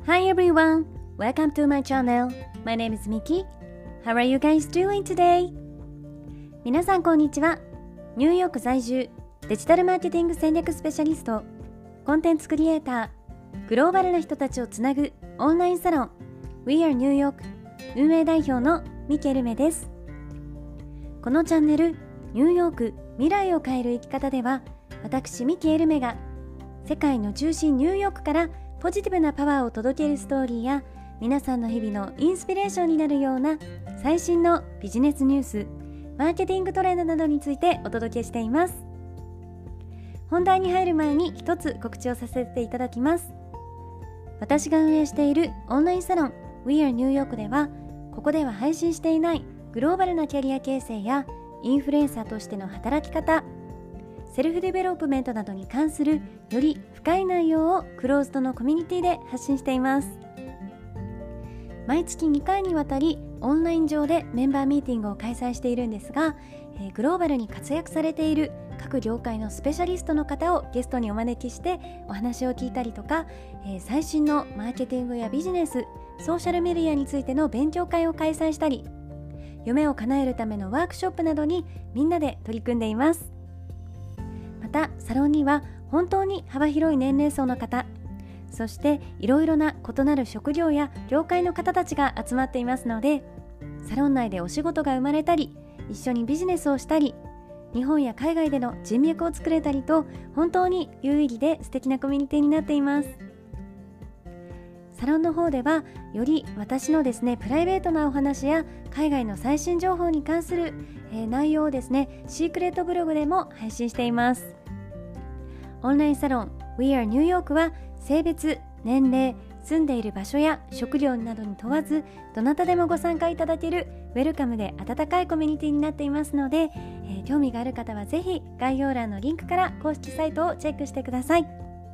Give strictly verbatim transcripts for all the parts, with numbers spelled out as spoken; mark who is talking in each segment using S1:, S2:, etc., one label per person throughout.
S1: Hi everyone, welcome to my channel. My name is Miki. How are you guys doing today? 皆さんこんにちは。ニューヨーク在住デジタルマーケティング戦略スペシャリスト、コンテンツクリエイター、グローバルな人たちをつなぐオンラインサロン We are New York 運営代表のミキエルメです。このチャンネルニューヨーク未来を変える生き方では、私ミキエルメが世界の中心ニューヨークからポジティブなパワーを届けるストーリーや、皆さんの日々のインスピレーションになるような最新のビジネスニュース、マーケティングトレンドなどについてお届けしています。本題に入る前に一つ告知をさせていただきます。私が運営しているオンラインサロン We are New York では、ここでは配信していないグローバルなキャリア形成やインフルエンサーとしての働き方、セルフデベロップメントなどに関するより深い内容をクローズドのコミュニティで発信しています。毎月にかいにわたりオンライン上でメンバーミーティングを開催しているんですが、えー、グローバルに活躍されている各業界のスペシャリストの方をゲストにお招きしてお話を聞いたりとか、えー、最新のマーケティングやビジネス、ソーシャルメディアについての勉強会を開催したり、夢を叶えるためのワークショップなどにみんなで取り組んでいます。またサロンには本当に幅広い年齢層の方、そしていろいろな異なる職業や業界の方たちが集まっていますので、サロン内でお仕事が生まれたり、一緒にビジネスをしたり、日本や海外での人脈を作れたりと、本当に有意義で素敵なコミュニティになっています。サロンの方ではより私のですねプライベートなお話や海外の最新情報に関する、えー、内容をですねシークレットブログでも配信しています。オンラインサロン We are New York は性別、年齢、住んでいる場所や職業などに問わず、どなたでもご参加いただけるウェルカムで温かいコミュニティになっていますので、えー、興味がある方はぜひ概要欄のリンクから公式サイトをチェックしてください。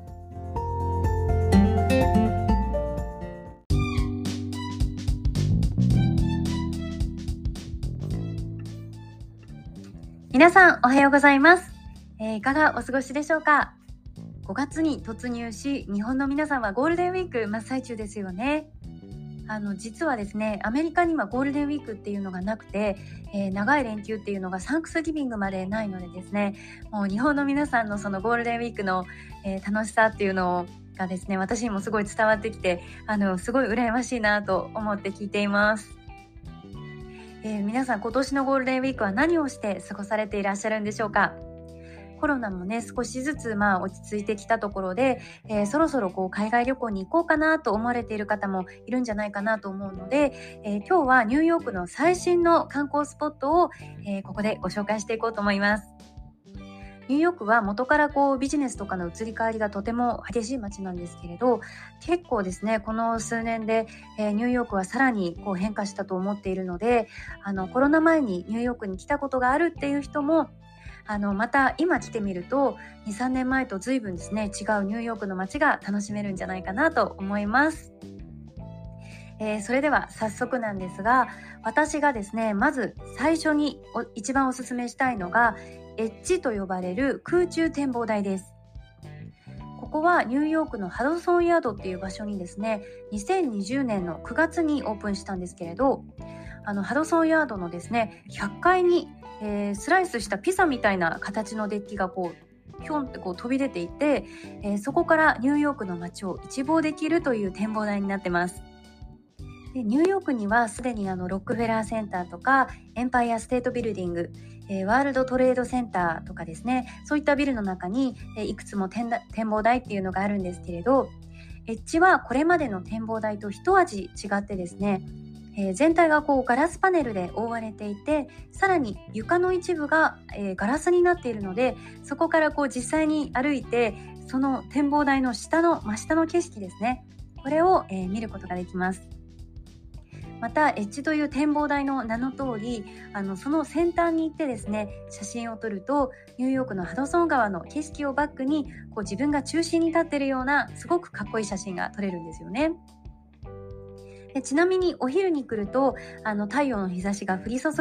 S1: 皆さんおはようございます。えー、いかがお過ごしでしょうか。ごがつに突入し、日本の皆さんはゴールデンウィーク真っ最中ですよね。あの実はですね、アメリカにはゴールデンウィークっていうのがなくて、えー、長い連休っていうのがサンクスギビングまでないのでですね、もう日本の皆さんのそのゴールデンウィークの、えー、楽しさっていうのがですね、私にもすごい伝わってきて、あのすごい羨ましいなと思って聞いています。えー、皆さん今年のゴールデンウィークは何をして過ごされていらっしゃるんでしょうか。コロナもね少しずつまあ落ち着いてきたところで、えー、そろそろこう海外旅行に行こうかなと思われている方もいるんじゃないかなと思うので、えー、今日はニューヨークの最新の観光スポットを、えー、ここでご紹介していこうと思います。ニューヨークは元からこうビジネスとかの移り変わりがとても激しい街なんですけれど、結構ですねこの数年で、えー、ニューヨークはさらにこう変化したと思っているので、あのコロナ前にニューヨークに来たことがあるっていう人も、あのまた今来てみると に,さん 年前と随分ですね違うニューヨークの街が楽しめるんじゃないかなと思います。えー、それでは早速なんですが、私がですねまず最初にお一番おすすめしたいのがエッジと呼ばれる空中展望台です。ここはニューヨークのハドソンヤードっていう場所にですねにせんにじゅうねんのくがつにオープンしたんですけれど、あのハドソンヤードのですねひゃっかいに、えー、スライスしたピザみたいな形のデッキがこうピョンってこう飛び出ていて、えー、そこからニューヨークの街を一望できるという展望台になってます。でニューヨークにはすでにあのロックフェラーセンターとかエンパイアステートビルディング、えー、ワールドトレードセンターとかですね、そういったビルの中に、えー、いくつも展望台っていうのがあるんですけれど、エッジはこれまでの展望台と一味違ってですね、えー、全体がこうガラスパネルで覆われていて、さらに床の一部が、えー、ガラスになっているので、そこからこう実際に歩いてその展望台の下の真下の景色ですね、これを、えー、見ることができます。またエッジという展望台の名の通り、あのその先端に行ってですね写真を撮ると、ニューヨークのハドソン川の景色をバックにこう自分が中心に立っているようなすごくかっこいい写真が撮れるんですよね。でちなみにお昼に来るとあの太陽の日差しが降り注ぐ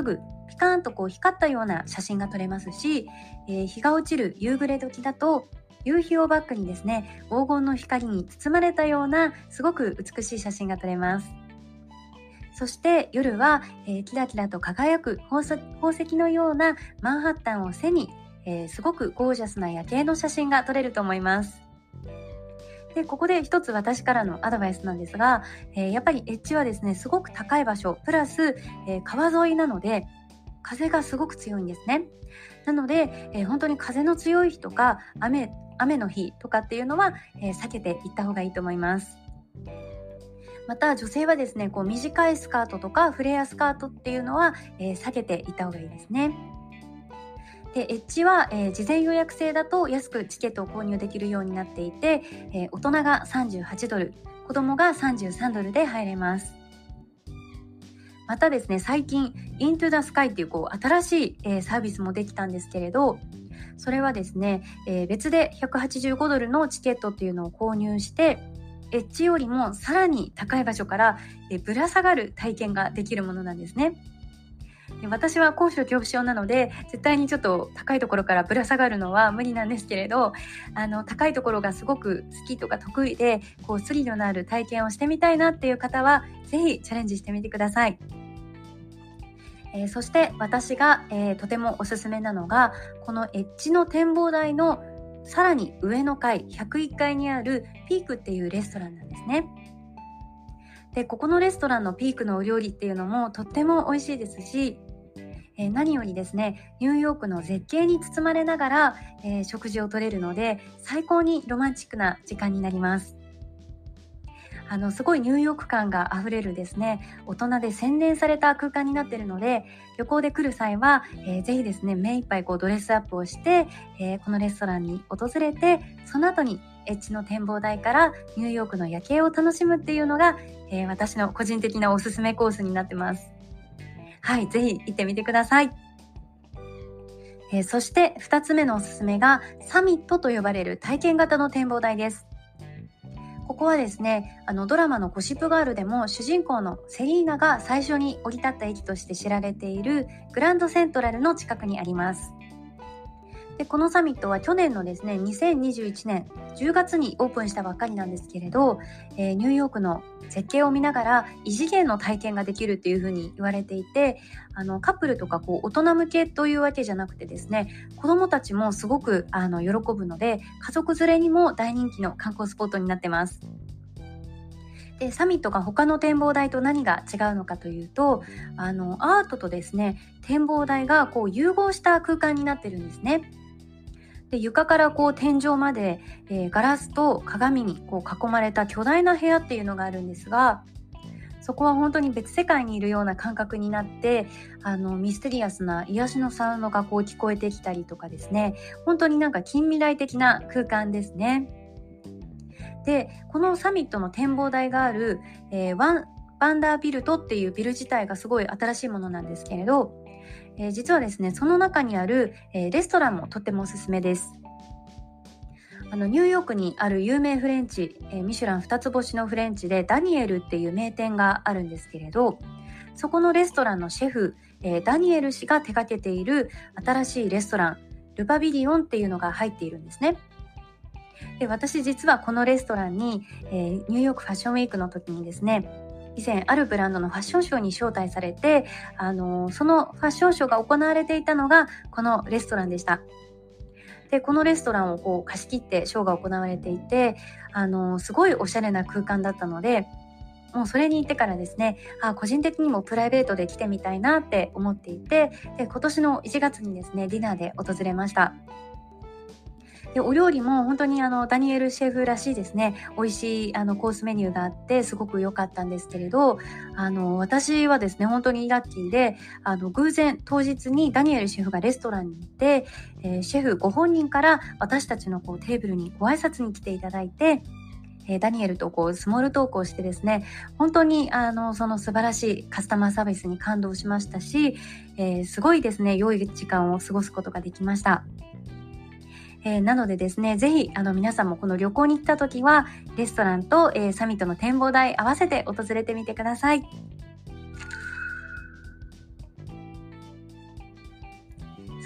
S1: ピカーンとこう光ったような写真が撮れますし、えー日が落ちる夕暮れ時だと夕日をバックにですね、黄金の光に包まれたようなすごく美しい写真が撮れます。そして夜は、えーキラキラと輝く宝石宝石のようなマンハッタンを背に、えーすごくゴージャスな夜景の写真が撮れると思います。で、ここで一つ私からのアドバイスなんですが、えーやっぱりエッジはですね、すごく高い場所、プラス、えー川沿いなので、風がすごく強いんですね。なので、えー本当に風の強い日とか、雨、雨の日とかっていうのは、えー避けていった方がいいと思います。また女性はですね、こう短いスカートとかフレアスカートっていうのは、えー避けていった方がいいですね。で、エッジは、えー事前予約制だと安くチケットを購入できるようになっていて、えー大人がさんじゅうはちドル、子供がさんじゅうさんドルで入れます。またですね、最近 Into the Sky っていう、こう新しい、えーサービスもできたんですけれど、それはですね、えー別でひゃくはちじゅうごドルのチケットっていうのを購入して、エッジよりもさらに高い場所から、えーぶら下がる体験ができるものなんですね。で、私は高所恐怖症なので、絶対にちょっと高いところからぶら下がるのは無理なんですけれど、あの高いところがすごく好きとか得意で、こうスリルのある体験をしてみたいなっていう方は、ぜひチャレンジしてみてください。えーそして私が、えーとてもおすすめなのが、このエッジの展望台のさらに上の階、ひゃくいっかいにあるピークっていうレストランなんですね。で、ここのレストランのピークのお料理っていうのもとっても美味しいですし、えー何よりですね、ニューヨークの絶景に包まれながら、えー食事をとれるので、最高にロマンチックな時間になります。あのすごいニューヨーク感があふれるですね、大人で洗練された空間になっているので、旅行で来る際は、えーぜひですね、目いっぱいこうドレスアップをして、えーこのレストランに訪れて、その後にエッジの展望台からニューヨークの夜景を楽しむっていうのが、えー私の個人的なおすすめコースになってます。はい、ぜひ行ってみてください。えーそしてふたつめのおすすめがサミットと呼ばれる体験型の展望台です。ここはですね、あのドラマのゴシップガールでも主人公のセリーナが最初に降り立った駅として知られているグランドセントラルの近くにあります。で、このサミットは去年のですね、にせんにじゅういちねんじゅうがつにオープンしたばっかりなんですけれど、えーニューヨークの絶景を見ながら異次元の体験ができるっていうふうに言われていて、あのカップルとかこう大人向けというわけじゃなくてですね、子どもたちもすごくあの喜ぶので、家族連れにも大人気の観光スポットになってます。で、サミットが他の展望台と何が違うのかというと、あのアートとですね、展望台がこう融合した空間になってるんですね。で、床からこう天井まで、えーガラスと鏡にこう囲まれた巨大な部屋っていうのがあるんですが、そこは本当に別世界にいるような感覚になって、あのミステリアスな癒しのサウンドがこう聞こえてきたりとかですね、本当になんか近未来的な空間ですね。で、このサミットの展望台がある、えーワンバンダービルトっていうビル自体がすごい新しいものなんですけれど、えー実はですね、その中にある、えーレストランもとってもおすすめです。あのニューヨークにある有名フレンチ、えーミシュランふたつ星のフレンチでダニエルっていう名店があるんですけれど、そこのレストランのシェフ、えーダニエル氏が手掛けている新しいレストラン、ルパビリオンっていうのが入っているんですね。で、私実はこのレストランに、えーニューヨークファッションウィークの時にですね、以前あるブランドのファッションショーに招待されて、あのーそのファッションショーが行われていたのがこのレストランでした。で、このレストランをこう貸し切ってショーが行われていて、あのーすごいおしゃれな空間だったので、もうそれに行ってからですね、あ、個人的にもプライベートで来てみたいなって思っていて、で、今年のいちがつにですね、ディナーで訪れました。で、お料理も本当にあのダニエルシェフらしいですね、美味しいあのコースメニューがあってすごく良かったんですけれど、あの私はですね、本当にラッキーで、あの偶然当日にダニエルシェフがレストランに行って、えーシェフご本人から私たちのこうテーブルにご挨拶に来ていただいて、えーダニエルとこうスモールトークをしてですね、本当にあのその素晴らしいカスタマーサービスに感動しましたし、えーすごいですね、良い時間を過ごすことができました。えーなのでですね、ぜひあの皆さんもこの旅行に来た時はレストランと、えーサミットの展望台合わせて訪れてみてください。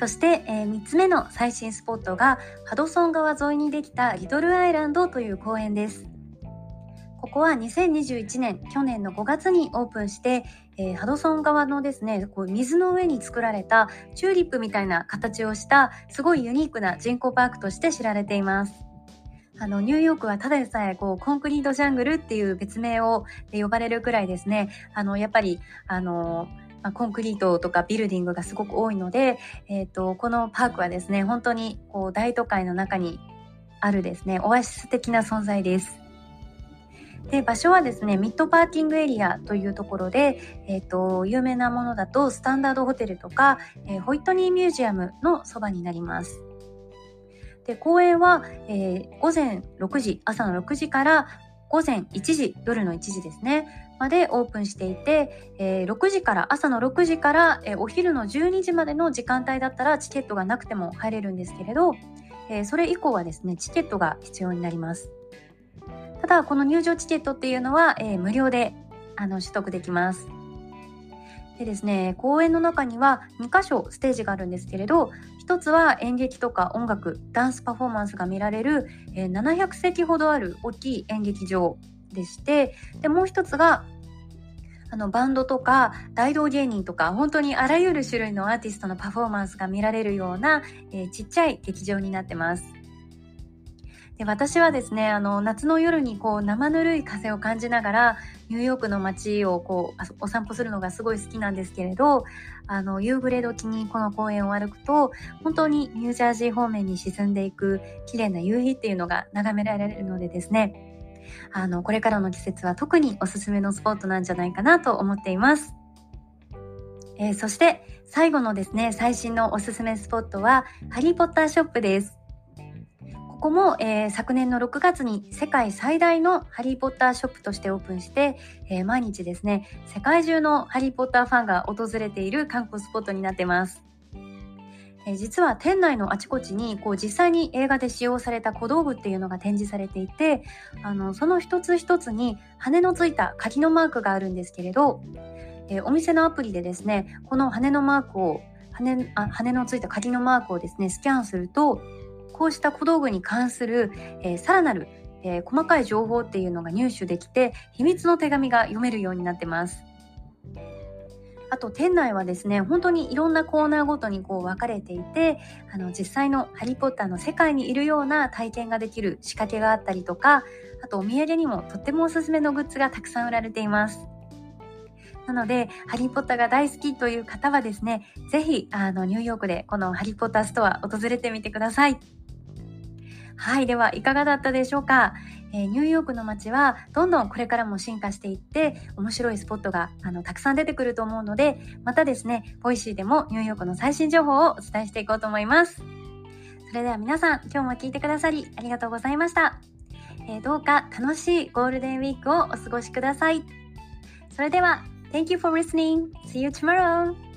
S1: そして、えー、みっつめの最新スポットがハドソン川沿いにできたリトルアイランドという公園です。ここはにせんにじゅういちねん、去年のごがつにオープンして、えー、ハドソン川のですね、こう水の上に作られたチューリップみたいな形をしたすごいユニークな人工パークとして知られています。あのニューヨークはただでさえこうコンクリートジャングルっていう別名を呼ばれるくらいですね、あのやっぱりあのまあ、コンクリートとかビルディングがすごく多いので、えーと、このパークはですね、本当にこう大都会の中にあるですね、オアシス的な存在です。で、場所はですね、ミッドパーキングエリアというところで、えーと、有名なものだとスタンダードホテルとか、えー、ホイットニーミュージアムのそばになります。で、公園は、えー、午前ろくじ、朝のろくじから午前いちじ、夜のいちじですね、までオープンしていて、えー、ろくじから朝のろくじから、えー、お昼のじゅうにじまでの時間帯だったらチケットがなくても入れるんですけれど、えー、それ以降はですね、チケットが必要になります。ただこの入場チケットっていうのは、えー、無料であの取得できます。でですね、公園の中にはにかしょステージがあるんですけれど、一つは演劇とか音楽、ダンスパフォーマンスが見られる、えー、ななひゃくせいきほどある大きい演劇場でして、でもう一つがあのバンドとか大道芸人とか本当にあらゆる種類のアーティストのパフォーマンスが見られるような、えー、ちっちゃい劇場になってます。で、私はですね、あの夏の夜にこう生ぬるい風を感じながらニューヨークの街をこうお散歩するのがすごい好きなんですけれど、あの夕暮れ時にこの公園を歩くと本当にニュージャージー方面に沈んでいく綺麗な夕日っていうのが眺められるのでですね、あのこれからの季節は特におすすめのスポットなんじゃないかなと思っています。えー、そして最後のですね、最新のおすすめスポットはハリーポッターショップです。ここも、えー、昨年のろくがつに世界最大のハリーポッターショップとしてオープンして、えー、毎日ですね、世界中のハリーポッターファンが訪れている観光スポットになっています。えー、実は店内のあちこちにこう実際に映画で使用された小道具っていうのが展示されていて、あのその一つ一つに羽のついた鍵のマークがあるんですけれど、えー、お店のアプリでですね、この羽のマークを羽あ羽のついた鍵のマークをですねスキャンすると、こうした小道具に関する、えー、さらなる、えー、細かい情報っていうのが入手できて、秘密の手紙が読めるようになってます。あと店内はですね、本当にいろんなコーナーごとにこう分かれていて、あの実際のハリーポッターの世界にいるような体験ができる仕掛けがあったりとか、あとお土産にもとってもおすすめのグッズがたくさん売られています。なのでハリーポッターが大好きという方はですね、ぜひあのニューヨークでこのハリーポッターストア訪れてみてください。はい、ではいかがだったでしょうか。えー、ニューヨークの街はどんどんこれからも進化していって面白いスポットがあのたくさん出てくると思うので、またですね、ボイシーでもニューヨークの最新情報をお伝えしていこうと思います。それでは皆さん、今日も聞いてくださりありがとうございました。えー、どうか楽しいゴールデンウィークをお過ごしください。それでは Thank you for listening. See you tomorrow.